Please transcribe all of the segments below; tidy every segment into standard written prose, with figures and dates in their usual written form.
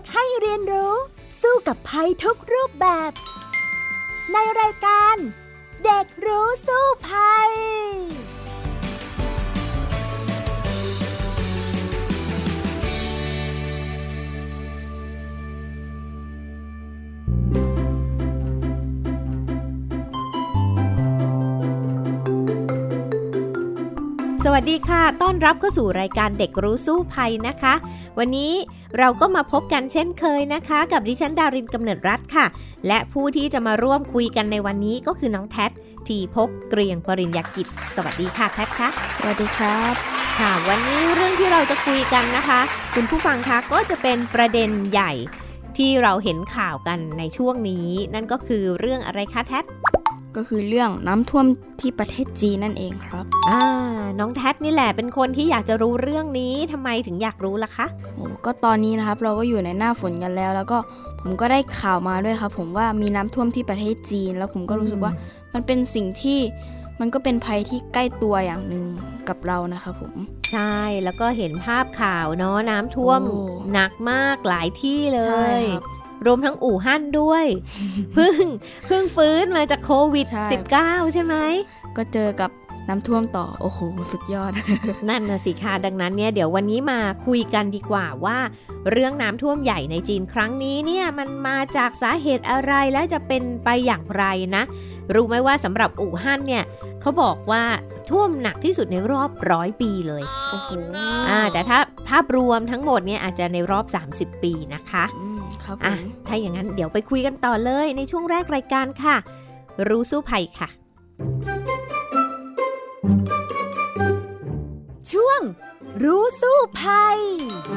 ให้เรียนรู้สู้กับภัยทุกรูปแบบในรายการเด็กรู้สู้ภัยสวัสดีค่ะต้อนรับเข้าสู่รายการเด็กรู้สู้ภัยนะคะวันนี้เราก็มาพบกันเช่นเคยนะคะกับดิฉันดารินกำเนิดรัตน์ค่ะและผู้ที่จะมาร่วมคุยกันในวันนี้ก็คือน้องแท็ดทีภพเกรียงปริญญากิจสวัสดีค่ะแท็ดค่ะสวัสดีครับค่ะวันนี้เรื่องที่เราจะคุยกันนะคะคุณผู้ฟังคะก็จะเป็นประเด็นใหญ่ที่เราเห็นข่าวกันในช่วงนี้นั่นก็คือเรื่องอะไรคะแท็ดก็คือเรื่องน้ำท่วมที่ประเทศจีนนั่นเองครับน้องแท็ดนี่แหละเป็นคนที่อยากจะรู้เรื่องนี้ทำไมถึงอยากรู้ล่ะคะก็ตอนนี้นะครับเราก็อยู่ในหน้าฝนกันแล้วก็ผมก็ได้ข่าวมาด้วยครับผมว่ามีน้ำท่วมที่ประเทศจีนแล้วผมก็รู้สึกว่ามันเป็นสิ่งที่มันก็เป็นภัยที่ใกล้ตัวอย่างนึงกับเรานะครับผมใช่แล้วก็เห็นภาพข่าวเนาะน้ำท่วมหนักมากหลายที่เลยรวมทั้งอู่ฮั่นด้วยเพิ่งฟื้นมาจากโควิด -19 ใช่ไหมก็เจอกับน้ำท่วมต่อโอ้โหสุดยอดนั่นน่ะสิค่ะดังนั้นเนี่ยเดี๋ยววันนี้มาคุยกันดีกว่าว่าเรื่องน้ำท่วมใหญ่ในจีนครั้งนี้เนี่ยมันมาจากสาเหตุอะไรและจะเป็นไปอย่างไรนะรู้ไหมว่าสำหรับอู่ฮั่นเนี่ยเขาบอกว่าท่วมหนักที่สุดในรอบ100 ปีเลยโอ้โหแต่ถ้าภาพรวมทั้งหมดเนี่ยอาจจะในรอบ30 ปีนะคะถ้าอย่างนั้นเดี๋ยวไปคุยกันต่อเลยในช่วงแรกรายการค่ะรู้สู้ภัยค่ะช่วงรู้สู้ภัย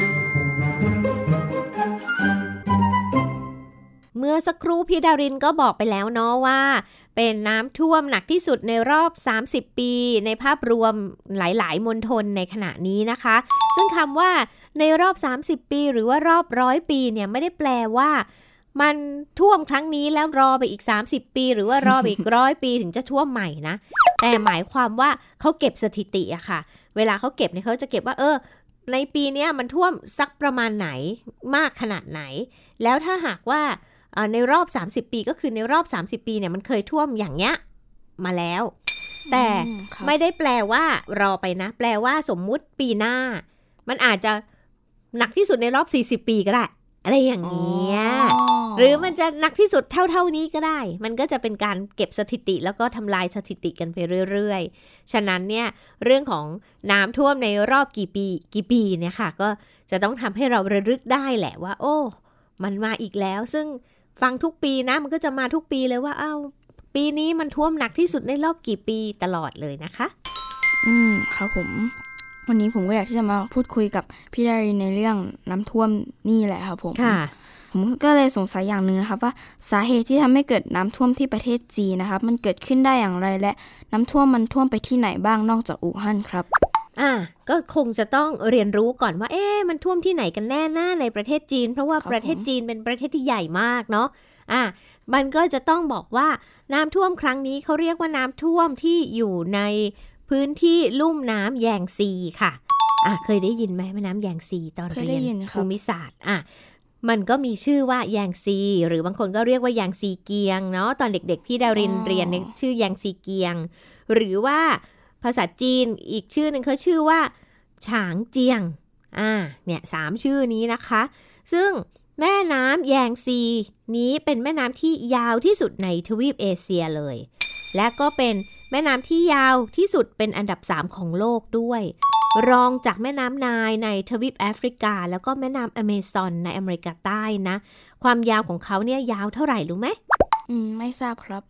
เมื่อสักครู่พี่ดารินก็บอกไปแล้วเนาะว่าเป็นน้ำท่วมหนักที่สุดในรอบ30 ปีในภาพรวมหลายๆมณฑลในขณะนี้นะคะซึ่งคำว่าในรอบ30 ปีหรือว่ารอบ100 ปีเนี่ยไม่ได้แปลว่ามันท่วมครั้งนี้แล้วรอไปอีก30 ปีหรือว่ารอไปอีก100 ปีถึงจะท่วมใหม่นะแต่หมายความว่าเขาเก็บสถิติอะค่ะเวลาเขาเก็บเนี่ยเขาจะเก็บว่าในปีนี้มันท่วมสักประมาณไหนมากขนาดไหนแล้วถ้าหากว่าในรอบ30 ปีก็คือในรอบ30 ปีเนี่ยมันเคยท่วมอย่างเงี้ยมาแล้วแต่ไม่ได้แปลว่ารอไปนะแปลว่าสมมุติปีหน้ามันอาจจะหนักที่สุดในรอบ40 ปีก็ได้อะไรอย่างเงี้ยหรือมันจะหนักที่สุดเท่านี้ก็ได้มันก็จะเป็นการเก็บสถิติแล้วก็ทำลายสถิติกันไปเรื่อยๆฉะนั้นเนี่ยเรื่องของน้ำท่วมในรอบกี่ปีเนี่ยค่ะก็จะต้องทำให้เราระลึกได้แหละว่าโอ้มันมาอีกแล้วซึ่งฟังทุกปีนะมันก็จะมาทุกปีเลยว่าปีนี้มันท่วมหนักที่สุดในรอบกี่ปีตลอดเลยนะคะครับผมวันนี้ผมก็อยากที่จะมาพูดคุยกับพี่ดารินในเรื่องน้ำท่วมนี่แหละครับผมผมก็เลยสงสัยอย่างนึงนะครับว่าสาเหตุที่ทำให้เกิดน้ำท่วมที่ประเทศจีนนะครับมันเกิดขึ้นได้อย่างไรและน้ำท่วมมันท่วมไปที่ไหนบ้างนอกจากอู่ฮั่นครับก็คงจะต้องเรียนรู้ก่อนว่ามันท่วมที่ไหนกันแน่นะในประเทศจีนเพราะว่าประเทศจีนเป็นประเทศที่ใหญ่มากเนาะมันก็จะต้องบอกว่าน้ำท่วมครั้งนี้เขาเรียกว่าน้ำท่วมที่อยู่ในพื้นที่ลุ่มน้ำแยงซีค่ะเคยได้ยินไหมแม่น้ำแยงซีตอนเรียนภูมิศาสตร์มันก็มีชื่อว่าแยงซีหรือบางคนก็เรียกว่าแยงซีเกียงเนาะตอนเด็กๆพี่ดารินเรียนชื่อแยงซีเกียงหรือว่าภาษาจีนอีกชื่อนึงเขาชื่อว่าฉางเจียงเนี่ย3ชื่อนี้นะคะซึ่งแม่น้ำแยงซีนี้เป็นแม่น้ำที่ยาวที่สุดในทวีปเอเชียเลยและก็เป็นแม่น้ำที่ยาวที่สุดเป็นอันดับ3ของโลกด้วยรองจากแม่น้ำไนล์ในทวีปแอฟริกาแล้วก็แม่น้ำอเมซอนในอเมริกาใต้นะความยาวของเขาเนี่ยยาวเท่าไหร่รู้ไหมไม่ทราบครับ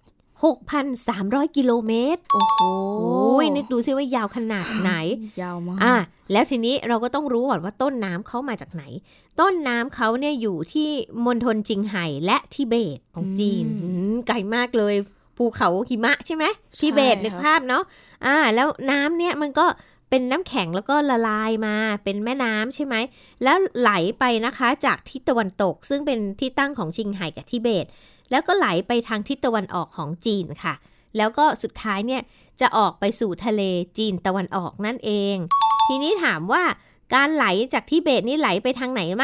6,300 กิโลเมตรโอ้โหนึกดูซิว่ายาวขนาดไหนยาวมากแล้วทีนี้เราก็ต้องรู้ก่อนว่าต้นน้ำเขามาจากไหนต้นน้ำเขาเนี่ยอยู่ที่มณฑลจิงไห่และทิเบตของจีนไกลมากเลยภูเขาหิมะใช่ไหมทิเบตนึกภาพเนาะแล้วน้ำเนี่ยมันก็เป็นน้ำแข็งแล้วก็ละลายมาเป็นแม่น้ำใช่ไหมแล้วไหลไปนะคะจากทิศตะวันตกซึ่งเป็นที่ตั้งของจิงไห่กับทิเบตแล้วก็ไหลไปทางทิศตะวันออกของจีนค่ะแล้วก็สุดท้ายเนี่ยจะออกไปสู่ทะเลจีนตะวันออกนั่นเองทีนี้ถามว่าการไหลจากทิเบตนี่ไหลไปทางไหนมั่ง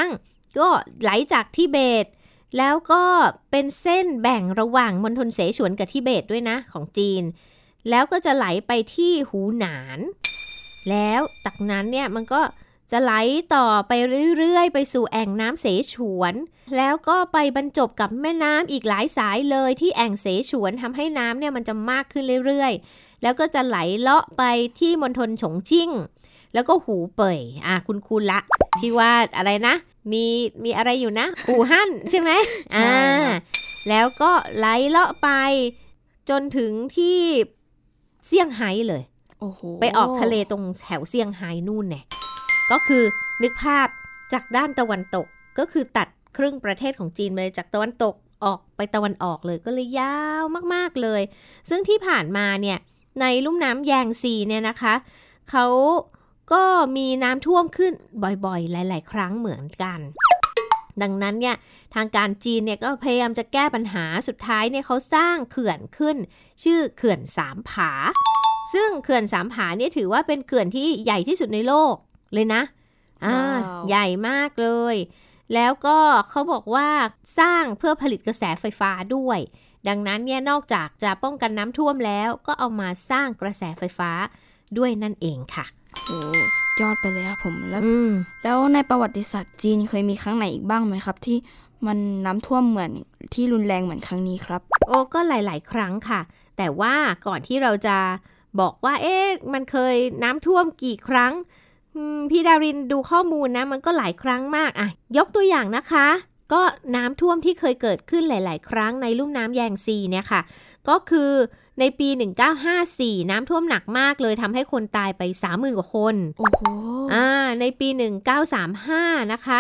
ก็ไหลจากทิเบตแล้วก็เป็นเส้นแบ่งระหว่างมณฑลเสฉวนกับทิเบตด้วยนะของจีนแล้วก็จะไหลไปที่หูหนานแล้วจากนั้นเนี่ยมันก็จะไหลต่อไปเรื่อยๆไปสู่แอ่งน้ำเสฉวนแล้วก็ไปบรรจบกับแม่น้ำอีกหลายสายเลยที่แอ่งเสฉวนทำให้น้ำเนี่ยมันจะมากขึ้นเรื่อยๆแล้วก็จะไหลเลาะไปที่มณฑลฉงชิ่งแล้วก็หูเป่ยคุณละที่ว่าอะไรนะมีอะไรอยู่นะอู่ฮั่นใช่ไหมแล้วก็ไหลเลาะไปจนถึงที่เซี่ยงไฮ้เลยไปออกทะเลตรงแถวเซี่ยงไฮ้นู่นเนี่ยก็คือนึกภาพจากด้านตะวันตกก็คือตัดครึ่งประเทศของจีนเลยจากตะวันตกออกไปตะวันออกเลยก็เลยยาวมากๆเลยซึ่งที่ผ่านมาเนี่ยในลุ่มน้ำแยงซีเนี่ยนะคะเขาก็มีน้ำท่วมขึ้นบ่อยๆหลายๆครั้งเหมือนกันดังนั้นเนี่ยทางการจีนเนี่ยก็พยายามจะแก้ปัญหาสุดท้ายเนี่ยเขาสร้างเขื่อนขึ้นชื่อเขื่อนสามผาซึ่งเขื่อนสามผาเนี่ยถือว่าเป็นเขื่อนที่ใหญ่ที่สุดในโลกเลยนะใหญ่มากเลยแล้วก็เขาบอกว่าสร้างเพื่อผลิตกระแสไฟฟ้าด้วยดังนั้นเนี่ยนอกจากจะป้องกันน้ำท่วมแล้วก็เอามาสร้างกระแสไฟฟ้าด้วยนั่นเองค่ะโอ้ยอดไปเลยครับผมแล้วในประวัติศาสตร์จีนเคยมีครั้งไหนอีกบ้างไหมครับที่มันน้ำท่วมเหมือนที่รุนแรงเหมือนครั้งนี้ครับก็หลายๆครั้งค่ะแต่ว่าก่อนที่เราจะบอกว่ามันเคยน้ำท่วมกี่ครั้งพี่ดารินดูข้อมูลนะมันก็หลายครั้งมากยกตัวอย่างนะคะก็น้ำท่วมที่เคยเกิดขึ้นหลายๆครั้งในลุ่มน้ำแยงซีเนี่ยค่ะก็คือในปี1954น้ำท่วมหนักมากเลยทำให้คนตายไป 30,000 กว่าคนโอ้โหในปี1935นะคะ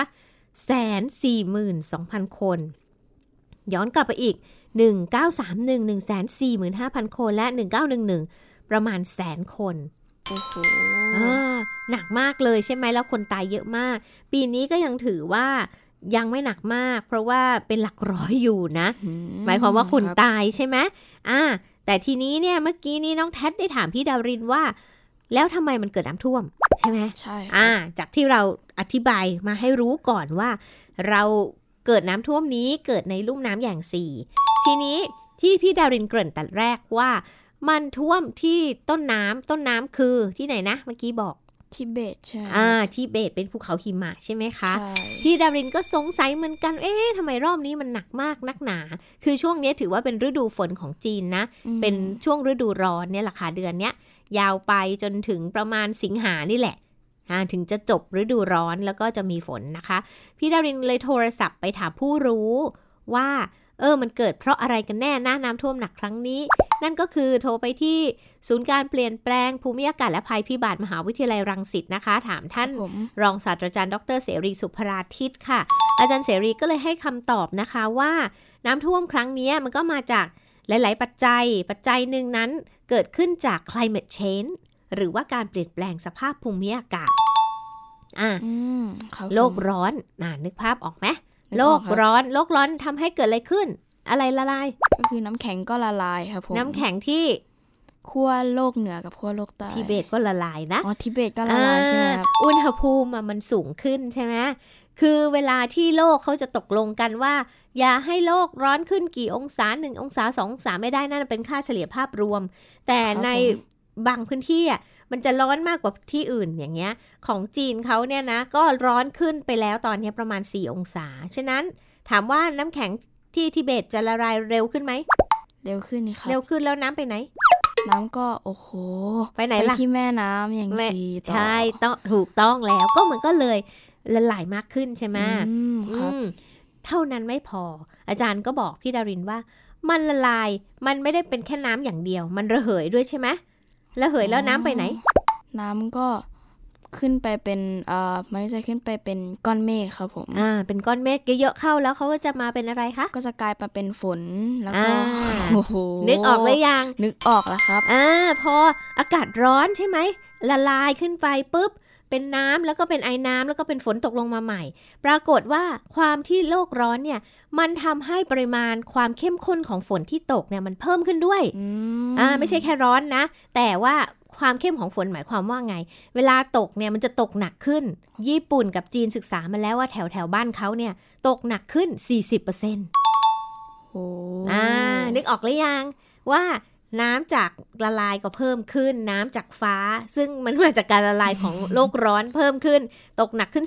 142,000 คนย้อนกลับไปอีก1931 145,000 คนและ1911ประมาณ100,000 คนโอ้โหหนักมากเลยใช่ไหมแล้วคนตายเยอะมากปีนี้ก็ยังถือว่ายังไม่หนักมากเพราะว่าเป็นหลักร้อยอยู่นะหมายความว่าคนตายใช่ไหมแต่ทีนี้เนี่ยเมื่อกี้นี้น้องแท็ดได้ถามพี่ดาวรินว่าแล้วทำไมมันเกิดน้ำท่วมใช่ไหมใช่จากที่เราอธิบายมาให้รู้ก่อนว่าเราเกิดน้ำท่วมนี้เกิดในลุ่มน้ำแยงซีทีนี้ที่พี่ดาวรินเกริ่นแต่แรกว่ามันท่วมที่ต้นน้ำคือที่ไหนนะเมื่อกี้บอกทิเบตใช่ทิเบตเป็นภูเขาหิมะใช่ไหมคะพี่ดารินก็สงสัยเหมือนกันทำไมรอบนี้มันหนักมากนักหนาคือช่วงนี้ถือว่าเป็นฤดูฝนของจีนนะเป็นช่วงฤดูร้อนเนี่ยแหละค่ะเดือนเนี้ยยาวไปจนถึงประมาณสิงหานี่แหละถึงจะจบฤดูร้อนแล้วก็จะมีฝนนะคะพี่ดารินเลยโทรศัพท์ไปถามผู้รู้ว่ามันเกิดเพราะอะไรกันแน่นะน้ำท่วมหนักครั้งนี้นั่นก็คือโทรไปที่ศูนย์การเปลี่ยนแปลงภูมิอากาศและภัยพิบัติมหาวิทยาลัยรังสิตนะคะถามท่านรองศาสตราจารย์ดร.เสรีสุภราทิตย์ค่ะอาจารย์เสรีก็เลยให้คำตอบนะคะว่าน้ำท่วมครั้งนี้มันก็มาจากหลายๆปัจจัยหนึ่งนั้นเกิดขึ้นจาก climate change หรือว่าการเปลี่ยนแปลงสภาพภูมิอากาศโลกร้อนนึกภาพออกไหมโลกร้อนทำให้เกิดอะไรขึ้นอะไรละลายก็คือน้ำแข็งก็ละลายครับผมน้ำแข็งที่ขั้วโลกเหนือกับขั้วโลกใต้ทิเบตก็ละลายนะทิเบตก็ละลายใช่ไหมครับอุณหภูมิมันสูงขึ้นใช่ไหมคือเวลาที่โลกเขาจะตกลงกันว่าอย่าให้โลกร้อนขึ้นกี่องศา1 องศา2 องศาไม่ได้นั่นเป็นค่าเฉลี่ยภาพรวมแต่ในบางพื้นที่มันจะร้อนมากกว่าที่อื่นอย่างเงี้ยของจีนเขาเนี่ยนะก็ร้อนขึ้นไปแล้วตอนนี้ประมาณ4 องศาฉะนั้นถามว่าน้ำแข็งที่ทิเบตจะละลายเร็วขึ้นไหมเร็วขึ้นครับเร็วขึ้นแล้วน้ำไปไหนน้ำก็โอ้โหไปไหนล่ะไปที่แม่น้ำอย่างซีใช่ถูกต้องแล้วก็มันก็เลยละลายมากขึ้นใช่ไหมเท่านั้นไม่พออาจารย์ก็บอกพี่ดารินว่ามันละลายมันไม่ได้เป็นแค่น้ำอย่างเดียวมันระเหยด้วยใช่ไหมระเหยแล้วน้ำไปไหนน้ำก็ขึ้นไปเป็นมันจะขึ้นไปเป็นก้อนเมฆครับผมเป็นก้อนเมฆเยอะๆเข้าแล้วเขาก็จะมาเป็นอะไรคะก็จะกลายมาเป็นฝนแล้วก็โอ้โหนึกออกเลยยังนึกออกแล้วครับพออากาศร้อนใช่ไหมละลายขึ้นไปปุ๊บเป็นน้ำแล้วก็เป็นไอน้ำแล้วก็เป็นฝนตกลงมาใหม่ปรากฏว่าความที่โลกร้อนเนี่ยมันทำให้ปริมาณความเข้มข้นของฝนที่ตกเนี่ยมันเพิ่มขึ้นด้วยไม่ใช่แค่ร้อนนะแต่ว่าความเข้มของฝนหมายความว่าไงเวลาตกเนี่ยมันจะตกหนักขึ้นญี่ปุ่นกับจีนศึกษามาแล้วว่าแถวบ้านเขาเนี่ยตกหนักขึ้น 40% โอ้นึกออกหรือยังว่าน้ำจากละลายก็เพิ่มขึ้นน้ำจากฟ้าซึ่งมันมาจากการละลายของโลกร้อนเพิ่มขึ้นตกหนักขึ้น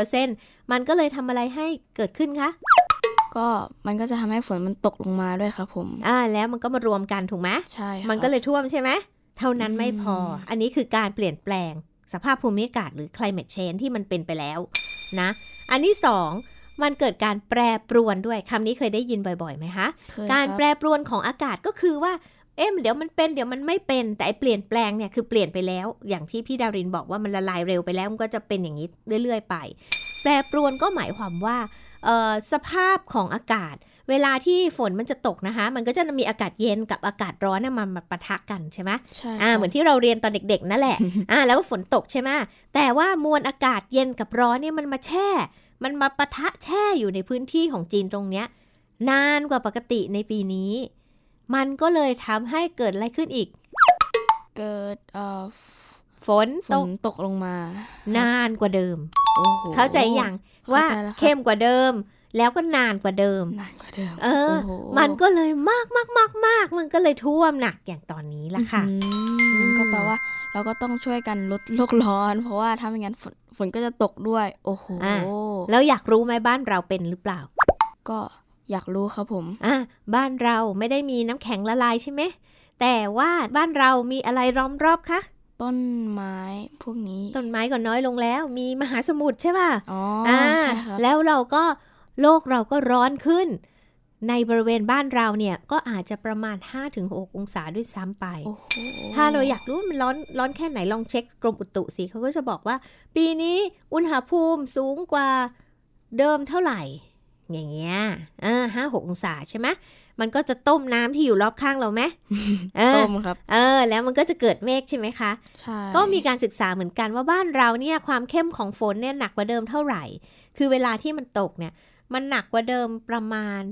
40% มันก็เลยทำอะไรให้เกิดขึ้นคะก็มันก็จะทำให้ฝนมันตกลงมาด้วยครับผมแล้วมันก็มารวมกันถูกไหมใช่มันก็เลยท่วมใช่ไหมเท่านั้นไม่พออันนี้คือการเปลี่ยนแปลงสภาพภูมิอากาศหรือ climate change ที่มันเป็นไปแล้วนะอันที่2มันเกิดการแปรปรวนด้วยคำนี้เคยได้ยินบ่อยๆไหมคะการแปรปรวนของอากาศก็คือว่าเดี๋ยวมันเป็นเดี๋ยวมันไม่เป็นแต่เปลี่ยนแปลงเนี่ยคือเปลี่ยนไปแล้วอย่างที่พี่ดารินบอกว่ามันละลายเร็วไปแล้วมันก็จะเป็นอย่างนี้เรื่อยๆไปแปรปรวนก็หมายความว่าสภาพของอากาศเวลาที่ฝนมันจะตกนะคะมันก็จะมีอากาศเย็นกับอากาศร้อนมาปะทะกันใช่ไหมใช่เหมือนที่เราเรียนตอนเด็กๆนั่นแหละ แล้วก็ฝนตกใช่ไหมแต่ว่ามวลอากาศเย็นกับร้อนเนี่ยมันมาแช่มันมาปะทะแช่อยู่ในพื้นที่ของจีนตรงเนี้ยนานกว่าปกติในปีนี้มันก็เลยทำให้เกิดอะไรขึ้นอีกเกิดฝนตกลงมานานกว่าเดิมเข้าใจอย่างว่าเข้มกว่าเดิมแล้วก็นานกว่าเดิมมันก็เลยมากมันก็เลยท่วมหนักอย่างตอนนี้ละค่ะก็แปลว่าเราก็ต้องช่วยกันลดโลกร้อนเพราะว่าถ้าไม่งั้นฝนก็จะตกด้วยโอ้โหแล้วอยากรู้ไหมบ้านเราเป็นหรือเปล่าก็อยากรู้ครับผมบ้านเราไม่ได้มีน้ำแข็งละลายใช่ไหมแต่ว่าบ้านเรามีอะไรล้อมรอบคะต้นไม้พวกนี้ต้นไม้ก็น้อยลงแล้วมีมหาสมุทรใช่ป่ะใช่ครับแล้วโลกเราก็ร้อนขึ้นในบริเวณบ้านเราเนี่ยก็อาจจะประมาณ 5-6 องศาด้วยซ้ำไปถ้าเราอยากรู้ว่ามันร้อนแค่ไหนลองเช็คกรมอุตุสิเขาก็จะบอกว่าปีนี้อุณหภูมิสูงกว่าเดิมเท่าไหร่อย่างเงี้ย5-6 องศาใช่ไหมมันก็จะต้มน้ำที่อยู่รอบข้างเราไหมต้มครับแล้วมันก็จะเกิดเมฆใช่ไหมคะใช่ก็มีการศึกษาเหมือนกันว่าบ้านเราเนี่ยความเข้มของฝนเนี่ยหนักกว่าเดิมเท่าไหร่คือเวลาที่มันตกเนี่ยมันหนักกว่าเดิมประมาณ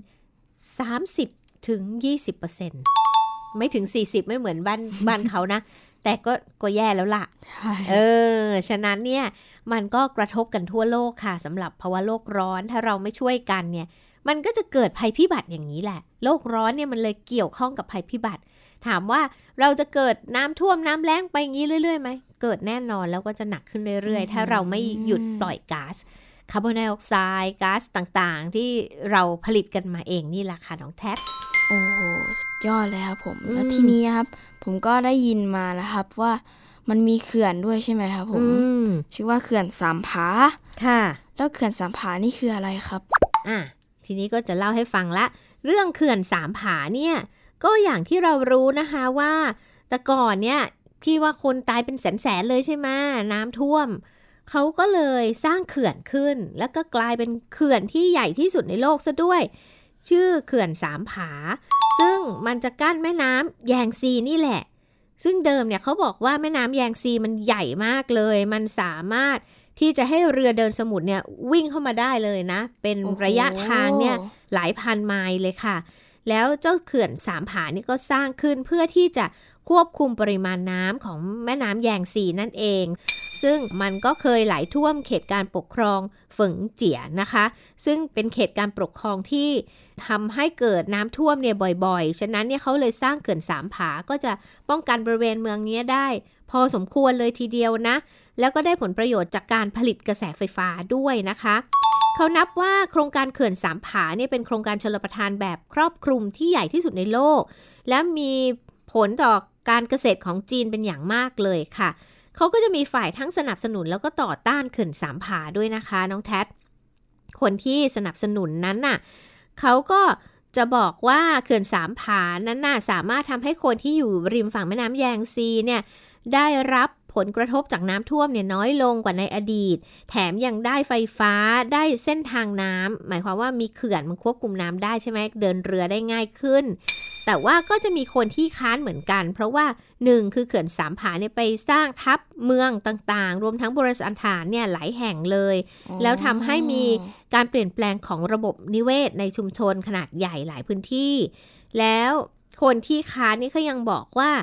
30-20% ไม่ถึง 40ไม่เหมือนบ้านเขานะแต่ก็แย่แล้วล่ะฉะนั้นเนี่ยมันก็กระทบกันทั่วโลกค่ะสำหรับภาวะโลกร้อนถ้าเราไม่ช่วยกันเนี่ยมันก็จะเกิดภัยพิบัติอย่างนี้แหละโลกร้อนเนี่ยมันเลยเกี่ยวข้องกับภัยพิบัติถามว่าเราจะเกิดน้ำท่วมน้ำแล้งไปอย่างนี้เรื่อยๆไหมเกิดแน่นอนแล้วก็จะหนักขึ้นเรื่อยๆถ้าเราไม่หยุดปล่อยก๊าซคาร์บอนไดออกไซด์ก๊าซต่างๆที่เราผลิตกันมาเองนี่แหละค่ะน้องแท็บโอ้โหสุดยอดเลยครับผมแล้วทีนี้ครับผมก็ได้ยินมานะครับว่ามันมีเขื่อนด้วยใช่ไหมครับผมชื่อว่าเขื่อนสามผาค่ะแล้วเขื่อนสามผานี่คืออะไรครับทีนี้ก็จะเล่าให้ฟังละเรื่องเขื่อนสามผาเนี่ยก็อย่างที่เรารู้นะคะว่าแต่ก่อนเนี่ยพี่ว่าคนตายเป็นแสนๆเลยใช่ไหมน้ำท่วมเขาก็เลยสร้างเขื่อนขึ้นแล้วก็กลายเป็นเขื่อนที่ใหญ่ที่สุดในโลกซะด้วยชื่อเขื่อนสามผาซึ่งมันจะกั้นแม่น้ำแยงซีนี่แหละซึ่งเดิมเนี่ยเขาบอกว่าแม่น้ำแยงซีมันใหญ่มากเลยมันสามารถที่จะให้เรือเดินสมุทรเนี่ยวิ่งเข้ามาได้เลยนะเป็นระยะทางเนี่ยหลายพันไมล์เลยค่ะแล้วเจ้าเขื่อนสามผานี่ก็สร้างขึ้นเพื่อที่จะควบคุมปริมาณน้ำของแม่น้ำแยงซีนั่นเองซึ่งมันก็เคยไหลท่วมเขตการปกครองเฟิงเจี๋ยนะคะซึ่งเป็นเขตการปกครองที่ทำให้เกิดน้ำท่วมเนี่ยบ่อยๆฉะนั้นเนี่ยเขาเลยสร้างเขื่อนสามผาก็จะป้องกันบริเวณเมืองนี้ได้พอสมควรเลยทีเดียวนะแล้วก็ได้ผลประโยชน์จากการผลิตกระแสไฟฟ้าด้วยนะคะเขานับว่าโครงการเขื่อนสามผาเนี่ยเป็นโครงการชลประทานแบบครอบคลุมที่ใหญ่ที่สุดในโลกและมีผลต่อการเกษตรของจีนเป็นอย่างมากเลยค่ะเขาก็จะมีฝ่ายทั้งสนับสนุนแล้วก็ต่อต้านเขื่อนสามผาด้วยนะคะน้องแท็ดคนที่สนับสนุนนั้นน่ะเขาก็จะบอกว่าเขื่อนสามผานั้นน่ะสามารถทำให้คนที่อยู่ริมฝั่งแม่น้ำแยงซีเนี่ยได้รับผลกระทบจากน้ำท่วมเนี่ยน้อยลงกว่าในอดีตแถมยังได้ไฟฟ้าได้เส้นทางน้ำหมายความว่ามีเขื่อนมันควบคุมน้ำได้ใช่ไหมเดินเรือได้ง่ายขึ้นแต่ว่าก็จะมีคนที่ค้านเหมือนกันเพราะว่า1คือเขื่อนสามผาเนี่ยไปสร้างทับเมืองต่างๆรวมทั้งโบราณสถานเนี่ยหลายแห่งเลยแล้วทำให้มีการเปลี่ยนแปลงของระบบนิเวศในชุมชนขนาดใหญ่หลายพื้นที่แล้วคนที่ค้านนี่เขายังบอกว่า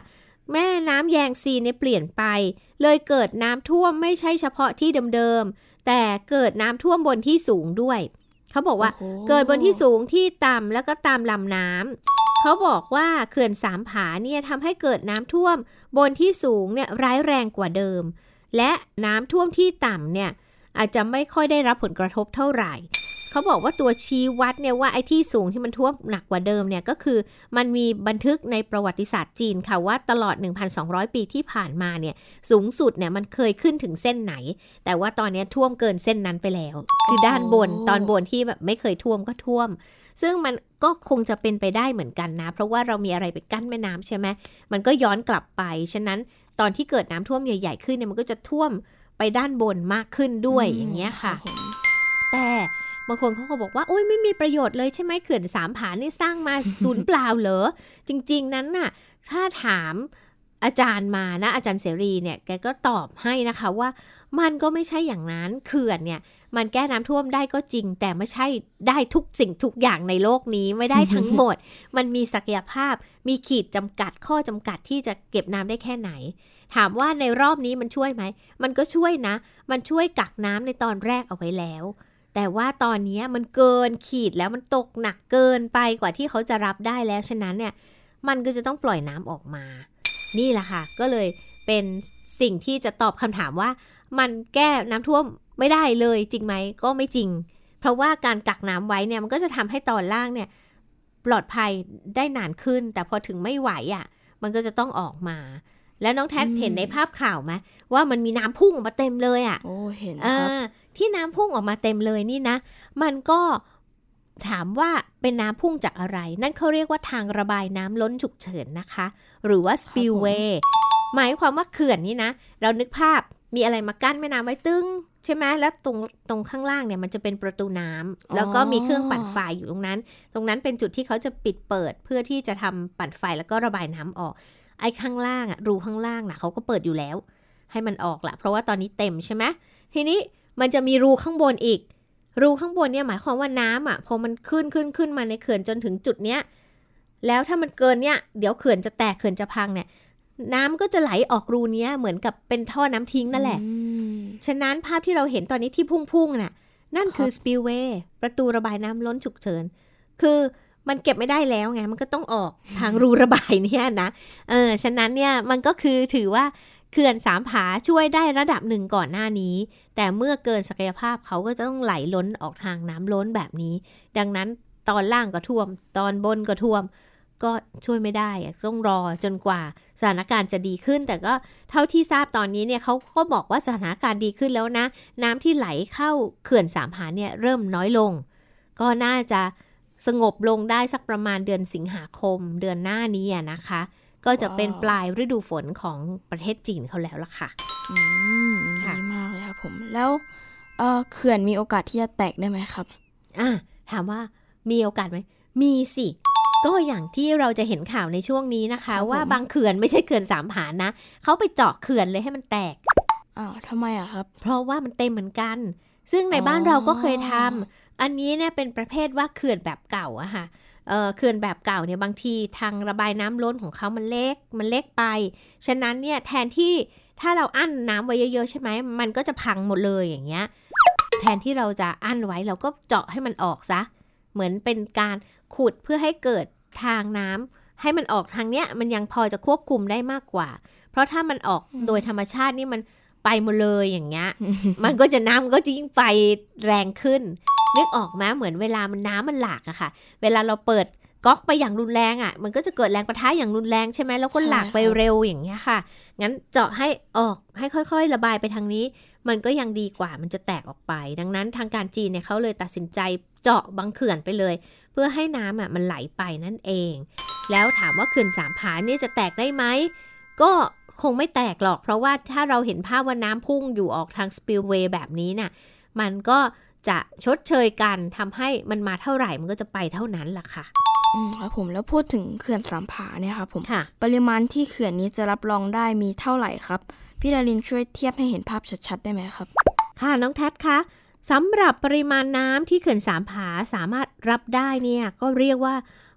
แม่น้ำแยงซีเนี่ยเปลี่ยนไปเลยเกิดน้ำท่วมไม่ใช่เฉพาะที่เดิมๆแต่เกิดน้ำท่วมบนที่สูงด้วยเขาบอกว่าเกิดบนที่สูงที่ต่ำแล้วก็ตามลำน้ำเขาบอกว่าเขื่อนสามผาเนี่ยทำให้เกิดน้ำท่วมบนที่สูงเนี่ยร้ายแรงกว่าเดิมและน้ำท่วมที่ต่ำเนี่ยอาจจะไม่ค่อยได้รับผลกระทบเท่าไหร่เขาบอกว่าตัวชี้วัดเนี่ยว่าไอ้ที่สูงที่มันท่วมหนักกว่าเดิมเนี่ยก็คือมันมีบันทึกในประวัติศาสตร์จีนค่ะว่าตลอด 1,200 ปีที่ผ่านมาเนี่ยสูงสุดเนี่ยมันเคยขึ้นถึงเส้นไหนแต่ว่าตอนนี้ท่วมเกินเส้นนั้นไปแล้วคือด้านบนตอนบนที่แบบไม่เคยท่วมก็ท่วมซึ่งมันก็คงจะเป็นไปได้เหมือนกันนะเพราะว่าเรามีอะไรไปกั้นแม่น้ำใช่ไหมมันก็ย้อนกลับไปฉะนั้นตอนที่เกิดน้ำท่วมใหญ่ๆขึ้นเนี่ยมันก็จะท่วมไปด้านบนมากขึ้นด้วยอย่างเงี้ยค่ะแต่บางคนเขาก็บอกว่าโอ๊ยไม่มีประโยชน์เลยใช่ไหมเขื่อนสามผานี่สร้างมา ศูนย์เปล่าเหรอจริงๆนั้นน่ะถ้าถามอาจารย์มานะอาจารย์เสรีเนี่ยแกก็ตอบให้นะคะว่ามันก็ไม่ใช่อย่างนั้นเขื่อนเนี่ยมันแก้น้ำท่วมได้ก็จริงแต่ไม่ใช่ได้ทุกสิ่งทุกอย่างในโลกนี้ไม่ได้ทั้งหมด มันมีศักยภาพมีขีดจำกัดข้อจำกัดที่จะเก็บน้ำได้แค่ไหนถามว่าในรอบนี้มันช่วยไหมมันก็ช่วยนะมันช่วยกักน้ำในตอนแรกเอาไว้แล้วแต่ว่าตอนนี้มันเกินขีดแล้วมันตกหนักเกินไปกว่าที่เขาจะรับได้แล้วฉะนั้นเนี่ยมันก็จะต้องปล่อยน้ำออกมานี่แหละค่ะก็เลยเป็นสิ่งที่จะตอบคำถามว่ามันแก้น้ำท่วมไม่ได้เลยจริงไหมก็ไม่จริงเพราะว่าการกักน้ำไว้เนี่ยมันก็จะทำให้ตอนล่างเนี่ยปลอดภัยได้นานขึ้นแต่พอถึงไม่ไหวอ่ะมันก็จะต้องออกมาแล้วน้องแท็เห็นในภาพข่าวไหมว่ามันมีน้ำพุ่งออกมาเต็มเลยอ่ะโอ้เห็นครับที่น้ำพุ่งออกมาเต็มเลยนี่นะมันก็ถามว่าเป็นน้ำพุ่งจากอะไรนั่นเขาเรียกว่าทางระบายน้ำล้นฉุกเฉินนะคะหรือว่า spillway หมายความว่าเขื่อนนี่นะเรานึกภาพมีอะไรมากั้นแม่น้ำไว้ตึ้งใช่ไหมแล้วตรงข้างล่างเนี่ยมันจะเป็นประตูน้ำแล้วก็มีเครื่องปั่นไฟอยู่ตรงนั้นเป็นจุดที่เขาจะปิดเปิดเพื่อที่จะทำปั่นไฟแล้วก็ระบายน้ำออกไอ้ข้างล่างอ่ะรูข้างล่างนะเขาก็เปิดอยู่แล้วให้มันออกละเพราะว่าตอนนี้เต็มใช่ไหมทีนี้มันจะมีรูข้างบนอีกรูข้างบนเนี่ยหมายความว่าน้ำอ่ะพอมันขึ้นมาในเขื่อนจนถึงจุดเนี้ยแล้วถ้ามันเกินเนี่ยเดี๋ยวเขื่อนจะแตกเขื่อนจะพังเนี่ยน้ำก็จะไหลออกรูเนี้ยเหมือนกับเป็นท่อน้ำทิ้งนั่นแหละฉะนั้นภาพที่เราเห็นตอนนี้ที่พุ่งๆน่ะนั่นคือ spillway ประตูระบายน้ำล้นฉุกเฉินคือมันเก็บไม่ได้แล้วไงมันก็ต้องออกทางรูระบายเนี่ยนะฉะนั้นเนี่ยมันก็คือถือว่าเขื่อนสามผาช่วยได้ระดับหนึ่งก่อนหน้านี้แต่เมื่อเกินศักยภาพเขาก็จะต้องไหลล้นออกทางน้ำล้นแบบนี้ดังนั้นตอนล่างก็ท่วมตอนบนก็ท่วมก็ช่วยไม่ได้ต้องรอจนกว่าสถานการณ์จะดีขึ้นแต่ก็เท่าที่ทราบตอนนี้เนี่ยเขาก็บอกว่าสถานการณ์ดีขึ้นแล้วนะน้ำที่ไหลเข้าเขื่อนสามผาเนี่ยเริ่มน้อยลงก็น่าจะสงบลงได้สักประมาณเดือนสิงหาคมเดือนหน้านี้นะคะก็จะเป็นปลายฤดูฝนของประเทศจีนเขาแล้วล่ะค่ะดีมากเลยครับผมแล้วเขื่อนมีโอกาสที่จะแตกได้ไหมครับถามว่ามีโอกาสไหมมีสิก็อย่างที่เราจะเห็นข่าวในช่วงนี้นะคะว่าบางเขื่อนไม่ใช่เขื่อนสามผานะเขาไปเจาะเขื่อนเลยให้มันแตกทำไมอะครับเพราะว่ามันเต็มเหมือนกันซึ่งในบ้านเราก็เคยทำอันนี้เนี่ยเป็นประเภทว่าเขื่อนแบบเก่าอะค่ะเขื่อนแบบเก่าเนี่ยบางทีทางระบายน้ำล้นของเขามันเล็กไปฉะนั้นเนี่ยแทนที่ถ้าเราอั้นน้ำไว้เยอะๆใช่ไหมมันก็จะพังหมดเลยอย่างเงี้ยแทนที่เราจะอั้นไว้เราก็เจาะให้มันออกซะเหมือนเป็นการขุดเพื่อให้เกิดทางน้ำให้มันออกทางเนี้ยมันยังพอจะควบคุมได้มากกว่าเพราะถ้ามันออกโดยธรรมชาตินี่มันไปหมดเลยอย่างเงี้ย มันก็จะน้ำก็จะยิ่งไปแรงขึ้นนึกออกไหมเหมือนเวลามันน้ำมันหลากอะค่ะเวลาเราเปิดก๊อกไปอย่างรุนแรงอะมันก็จะเกิดแรงปะทะอย่างรุนแรงใช่ไหมแล้วก็หลากไปเร็วอย่างเงี้ยค่ะงั้นเจาะให้ออกให้ค่อยๆระบายไปทางนี้มันก็ยังดีกว่ามันจะแตกออกไปดังนั้นทางการจีนเนี่ยเขาเลยตัดสินใจเจาะบางเขื่อนไปเลยเพื่อให้น้ำมันไหลไปนั่นเองแล้วถามว่าเขื่อนสามผาเนี่ยจะแตกได้ไหมก็คงไม่แตกหรอกเพราะว่าถ้าเราเห็นภาพว่าน้ำพุ่งอยู่ออกทาง spillway แบบนี้น่ะมันก็จะชดเชยกันทำให้มันมาเท่าไหร่มันก็จะไปเท่านั้นล่ะค่ะครับผมแล้วพูดถึงเขื่อนสามผาเนี่ยครับผมปริมาณที่เขื่อนนี้จะรับรองได้มีเท่าไหร่ครับพี่ดารินช่วยเทียบให้เห็นภาพชัดๆได้ไหมครับค่ะน้องแท็คะสำหรับปริมาณน้ำที่เขื่อนสามผาสามารถรับได้เนี่ยก็เรียกว่า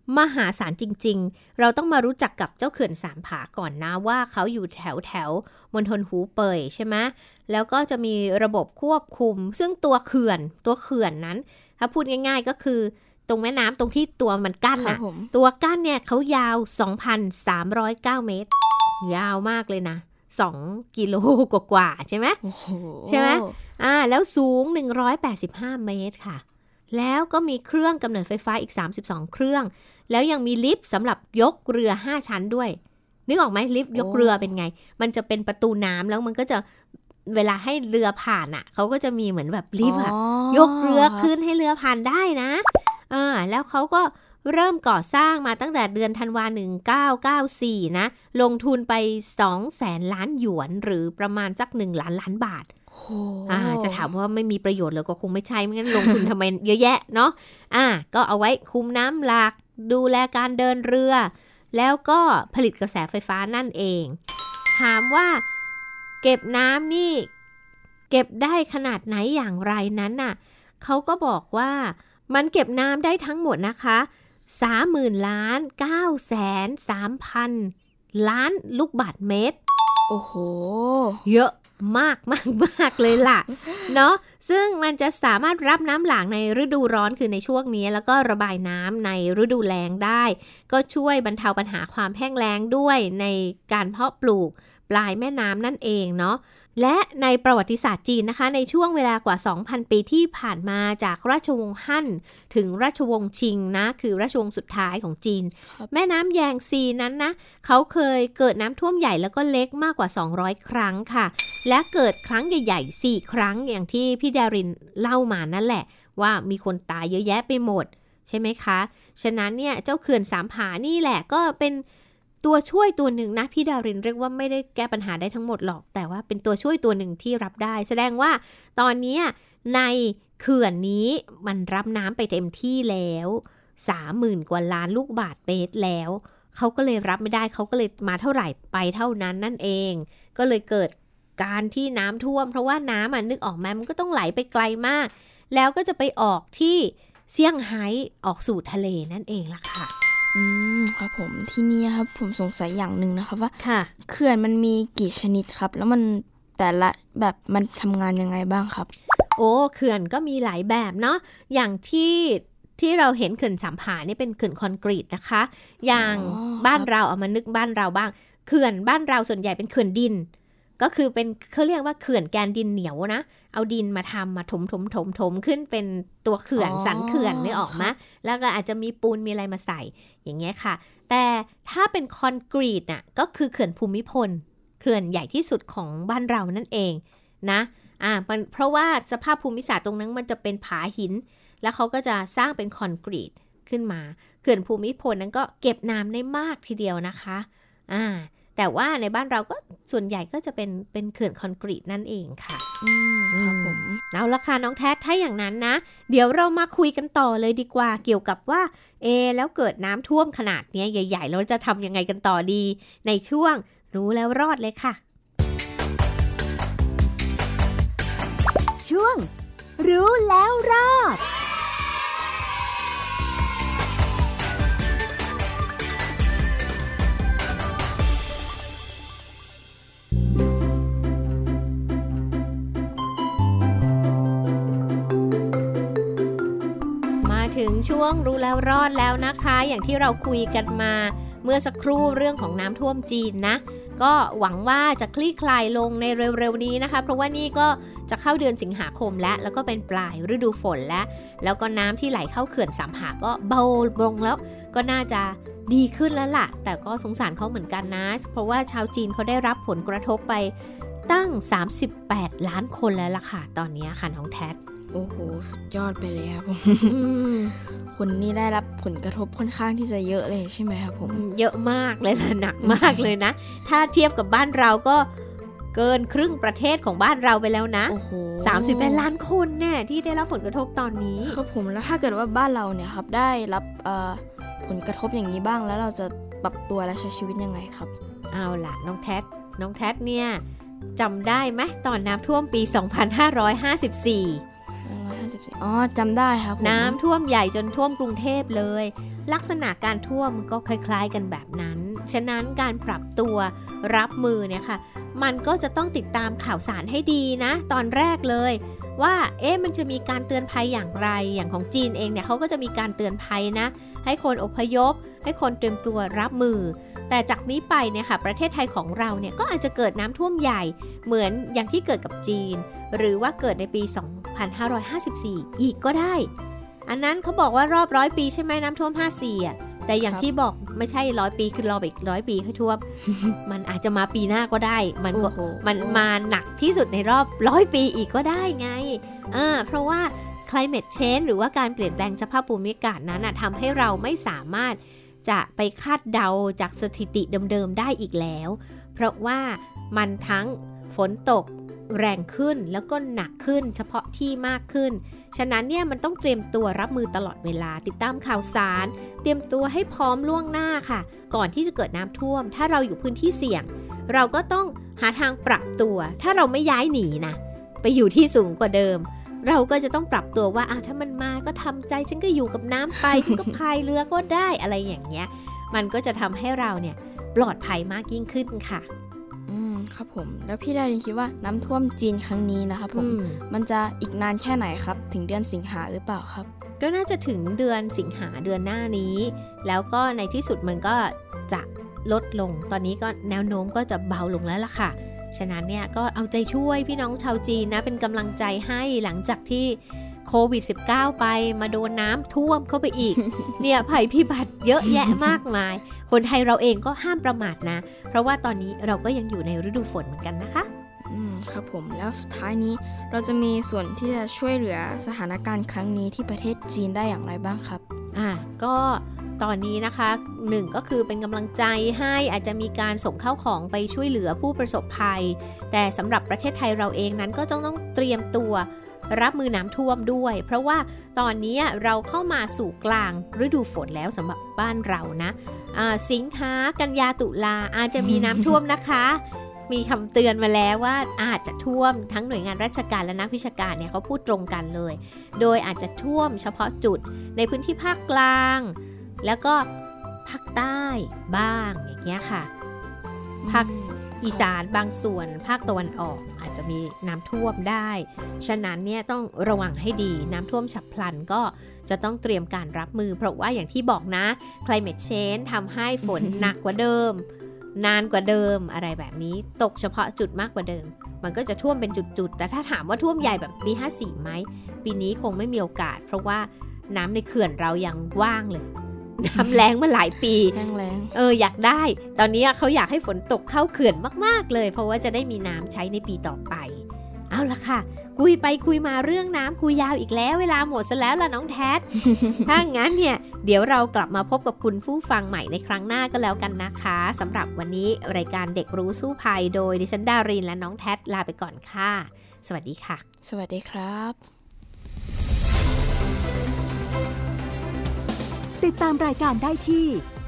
มหาศาลจริงๆเราต้องมารู้จักกับเจ้าเขื่อนสามผาก่อนนะว่าเขาอยู่แถวมณฑลหูเป่ยใช่ไหมแล้วก็จะมีระบบควบคุมซึ่งตัวเขื่อนนั้นถ้าพูดง่ายๆก็คือตรงแม่น้ำตรงที่ตัวมันกั้นน่ะตัวกั้นเนี่ยเขายาว 2,309 เมตรยาวมากเลยนะ2 กิโลกว่าๆใช่ไหมใช่ไหมแล้วสูง185 เมตรค่ะแล้วก็มีเครื่องกำเนิดไฟฟ้าอีก32เครื่องแล้วยังมีลิฟต์สำหรับยกเรือ5ชั้นด้วยนึกออกไหมลิฟต์ยกเรือเป็นไงมันจะเป็นประตูน้ำแล้วมันก็จะเวลาให้เรือผ่านอ่ะเขาก็จะมีเหมือนแบบลิฟต์ยกเรือขึ้นให้เรือผ่านได้นะแล้วเขาก็เริ่มก่อสร้างมาตั้งแต่เดือนธันวาคม1994นะลงทุนไป200,000 ล้านหยวนหรือประมาณสัก1 ล้านล้านบาทจะถามว่าไม่มีประโยชน์เลยก็คงไม่ใช่ไม่งั้นลงทุนทำไมเยอะแยะเนาะก็เอาไว้คุมน้ำหลากดูแลการเดินเรือแล้วก็ผลิตกระแสไฟฟ้านั่นเองถามว่าเก็บน้ำนี่เก็บได้ขนาดไหนอย่างไรนั้นน่ะเขาก็บอกว่ามันเก็บน้ำได้ทั้งหมดนะคะ30,903,000 ล้านลูกบาศก์เมตรโอ้โหเยอะมากเลยล่ะ เนาะซึ่งมันจะสามารถรับน้ำหลากในฤดูร้อนคือในช่วงนี้แล้วก็ระบายน้ำในฤดูแล้งได้ก็ช่วยบรรเทาปัญหาความแห้งแล้งด้วยในการเพาะปลูกปลายแม่น้ำนั่นเองเนาะและในประวัติศาสตร์จีนนะคะในช่วงเวลากว่า 2,000 ปีที่ผ่านมาจากราชวงศ์ฮั่นถึงราชวงศ์ชิงนะคือราชวงศ์สุดท้ายของจีนแม่น้ำแยงซีนั้นนะเขาเคยเกิดน้ำท่วมใหญ่แล้วก็เล็กมากกว่า200 ครั้งค่ะและเกิดครั้งใหญ่ๆ4 ครั้งอย่างที่พี่ดารินเล่ามานั่นแหละว่ามีคนตายเยอะแยะไปหมดใช่ไหมคะฉะนั้นเนี่ยเจ้าเขื่อนสามผานี่แหละก็เป็นตัวช่วยตัวหนึ่งนะพี่ดารินเรียกว่าไม่ได้แก้ปัญหาได้ทั้งหมดหรอกแต่ว่าเป็นตัวช่วยตัวหนึ่งที่รับได้แสดงว่าตอนนี้ในเขื่อนนี้มันรับน้ำไปเต็มที่แล้ว 30,000 กว่าล้านลูกบาศก์เมตรแล้วเขาก็เลยรับไม่ได้เขาก็เลยมาเท่าไหร่ไปเท่านั้นนั่นเองก็เลยเกิดการที่น้ำท่วมเพราะว่าน้ำนึกออกไหมมันก็ต้องไหลไปไกลมากแล้วก็จะไปออกที่เซี่ยงไฮ้ออกสู่ทะเลนั่นเองล่ะค่ะครับผมที่นี่ครับผมสงสัยอย่างหนึ่งนะครับว่าเขื่อนมันมีกี่ชนิดครับแล้วมันแต่ละแบบมันทำงานยังไงบ้างครับโอ้เขื่อนก็มีหลายแบบเนาะอย่างที่เราเห็นเขื่อนสามผานี่เป็นเขื่อนคอนกรีตนะคะอย่างบ้านเราเอามานึกบ้านเราบ้างเขื่อนบ้านเราส่วนใหญ่เป็นเขื่อนดินก็คือเป็นเขาเรียกว่าเขื่อนแกนดินเหนียวนะเอาดินมาทำมาถมขึ้นเป็นตัวเขื่อนสันเขื่อนนึกออกไหมแล้วก็อาจจะมีปูนมีอะไรมาใส่อย่างเงี้ยค่ะแต่ถ้าเป็นคอนกรีตน่ะก็คือเขื่อนภูมิพลเขื่อนใหญ่ที่สุดของบ้านเรานั่นเองนะเพราะว่าสภาพภูมิศาสตร์ตรงนั้นมันจะเป็นผาหินแล้วเขาก็จะสร้างเป็นคอนกรีตขึ้นมาเขื่อนภูมิพลนั้นก็เก็บน้ำได้มากทีเดียวนะคะแต่ว่าในบ้านเราก็ส่วนใหญ่ก็จะเป็นเขื่อนคอนกรีตนั่นเองค่ะครับผมเอาละค่ะน้องแท้ถ้าอย่างนั้นนะเดี๋ยวเรามาคุยกันต่อเลยดีกว่าเกี่ยวกับว่าแล้วเกิดน้ำท่วมขนาดนี้ใหญ่ๆเราจะทำยังไงกันต่อดีในช่วงรู้แล้วรอดเลยค่ะช่วงรู้แล้วรอดถึงช่วงรู้แล้วรอดแล้วนะคะอย่างที่เราคุยกันมาเมื่อสักครู่เรื่องของน้ำท่วมจีนนะก็หวังว่าจะคลี่คลายลงในเร็วๆนี้นะคะเพราะว่านี่ก็จะเข้าเดือนสิงหาคมแล้วก็เป็นปลายฤดูฝนแล้วก็น้ำที่ไหลเข้าเขื่อนสามผาก็เบาลงแล้วก็น่าจะดีขึ้นแล้วล่ะแต่ก็สงสารเขาเหมือนกันนะเพราะว่าชาวจีนเขาได้รับผลกระทบไปตั้ง38 ล้านคนแล้วล่ะค่ะตอนนี้ค่ะน้องแท็โอ้โหสุดยอดไปเลยครับผมคนนี่ได้รับผลกระทบค่อนข้างที่จะเยอะเลยใช่ไหมครับผมเยอะมากเลยล่ะหนักมากเลยนะถ้าเทียบกับบ้านเราก็เกินครึ่งประเทศของบ้านเราไปแล้วนะ38 ล้านคนเนี่ยที่ได้รับผลกระทบตอนนี้ครับผมแล้วถ้าเกิดว่าบ้านเราเนี่ยครับได้รับผลกระทบอย่างนี้บ้างแล้วเราจะปรับตัวและใช้ชีวิตยังไงครับเอาล่ะน้องแท็ดเนี่ยจำได้ไหมตอนน้ำท่วมปี 2554 อ๋อจำได้ครับน้ำท่วมใหญ่จนท่วมกรุงเทพเลยลักษณะการท่วมก็คล้ายๆกันแบบนั้นฉะนั้นการปรับตัวรับมือเนี่ยค่ะมันก็จะต้องติดตามข่าวสารให้ดีนะตอนแรกเลยว่ามันจะมีการเตือนภัยอย่างไรอย่างของจีนเองเนี่ยเขาก็จะมีการเตือนภัยนะให้คนอพยพให้คนเตรียมตัวรับมือแต่จากนี้ไปเนี่ยค่ะประเทศไทยของเราเนี่ยก็อาจจะเกิดน้ำท่วมใหญ่เหมือนอย่างที่เกิดกับจีนหรือว่าเกิดในปี 2554 อีกก็ได้อันนั้นเขาบอกว่ารอบ100 ปีใช่ไหมน้ำท่วม54อ่ะแต่อย่างที่บอกไม่ใช่100 ปีคือรอไปอีก100 ปีค่อยท่วม มันอาจจะมาปีหน้าก็ได้มันมาหนักที่สุดในรอบ100 ปีอีกก็ได้ไงเพราะว่า climate change หรือว่าการเปลี่ยนแปลงสภาพภูมิอากาศนั้นทำให้เราไม่สามารถจะไปคาดเดาจากสถิติเดิมๆได้อีกแล้วเพราะว่ามันทั้งฝนตกแรงขึ้นแล้วก็หนักขึ้นเฉพาะที่มากขึ้นฉะนั้นเนี่ยมันต้องเตรียมตัวรับมือตลอดเวลาติดตามข่าวสารเตรียมตัวให้พร้อมล่วงหน้าค่ะก่อนที่จะเกิดน้ำท่วมถ้าเราอยู่พื้นที่เสี่ยงเราก็ต้องหาทางปรับตัวถ้าเราไม่ย้ายหนีนะไปอยู่ที่สูงกว่าเดิมเราก็จะต้องปรับตัวว่าถ้ามันมาก็ทำใจฉันก็อยู่กับน้ำไป ฉันก็พายเรือก็ได้อะไรอย่างเงี้ยมันก็จะทำให้เราเนี่ยปลอดภัยมากยิ่งขึ้นค่ะครับผมแล้วพี่ดารินคิดว่าน้ำท่วมจีนครั้งนี้นะครับผมมันจะอีกนานแค่ไหนครับถึงเดือนสิงหาหรือเปล่าครับก็น่าจะถึงเดือนสิงหาเดือนหน้านี้แล้วก็ในที่สุดมันก็จะลดลงตอนนี้ก็แนวโน้มก็จะเบาลงแล้วล่ะค่ะฉะนั้นเนี่ยก็เอาใจช่วยพี่น้องชาวจีนนะเป็นกำลังใจให้หลังจากที่โควิด -19 ไปมาโดนน้ำท่วมเข้าไปอีก เนี่ยภัยพิบัติเยอะแยะมากมายคนไทยเราเองก็ห้ามประมาทนะเพราะว่าตอนนี้เราก็ยังอยู่ในฤดูฝนเหมือนกันนะคะครับผมแล้วสุดท้ายนี้เราจะมีส่วนที่จะช่วยเหลือสถานการณ์ครั้งนี้ที่ประเทศจีนได้อย่างไรบ้างครับก็ตอนนี้นะคะ1ก็คือเป็นกำลังใจให้อาจจะมีการส่งข้าวของไปช่วยเหลือผู้ประสบภัยแต่สำหรับประเทศไทยเราเองนั้นก็ต้องเตรียมตัวรับมือน้ำท่วมด้วยเพราะว่าตอนนี้เราเข้ามาสู่กลางฤดูฝนแล้วสำหรับบ้านเรานะสิงหากันยาตุลาอาจจะมีน้ำท่วมนะคะมีคำเตือนมาแล้วว่าอาจจะท่วมทั้งหน่วยงานราชการและนักวิชาการเนี่ยเขาพูดตรงกันเลยโดยอาจจะท่วมเฉพาะจุดในพื้นที่ภาคกลางแล้วก็ภาคใต้บ้างอย่างเงี้ยค่ะภาคอีสานบางส่วนภาคตะวันออกอาจจะมีน้ำท่วมได้ฉะนั้นเนี่ยต้องระวังให้ดีน้ำท่วมฉับพลันก็จะต้องเตรียมการรับมือเพราะว่าอย่างที่บอกนะ climate change ทำให้ฝน หนักกว่าเดิมนานกว่าเดิมอะไรแบบนี้ตกเฉพาะจุดมากกว่าเดิมมันก็จะท่วมเป็นจุดๆแต่ถ้าถามว่าท่วมใหญ่แบบปี54ไหมปีนี้คงไม่มีโอกาสเพราะว่าน้ำในเขื่อนเรายังว่างเลยน้ำแล้งมาหลายปีแรงอยากได้ตอนนี้เขาอยากให้ฝนตกเข้าเขื่อนมากๆเลยเพราะว่าจะได้มีน้ำใช้ในปีต่อไปเอาละค่ะคุยไปคุยมาเรื่องน้ำคุยยาวอีกแล้วเวลาหมดซะแล้วล่ะน้องแท็ด ถ้างั้นเนี่ยเดี๋ยวเรากลับมาพบกับคุณผู้ฟังใหม่ในครั้งหน้าก็แล้วกันนะคะสำหรับวันนี้รายการเด็กรู้สู้ภัยโดยดิฉันดารินและน้องแท็ดลาไปก่อนค่ะสวัสดีค่ะสวัสดีครับติดตามรายการได้ที่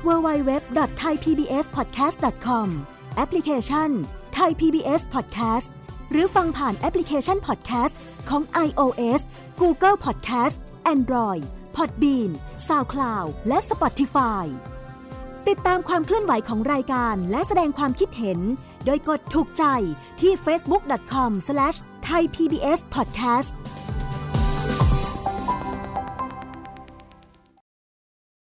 www.thaipbspodcast.com แอปพลิเคชัน Thai PBS Podcast หรือฟังผ่านแอปพลิเคชัน Podcast ของ iOS Google Podcast Android Podbean SoundCloud และ Spotify ติดตามความเคลื่อนไหวของรายการและแสดงความคิดเห็นโดยกดถูกใจที่ facebook.com/thaipbspodcast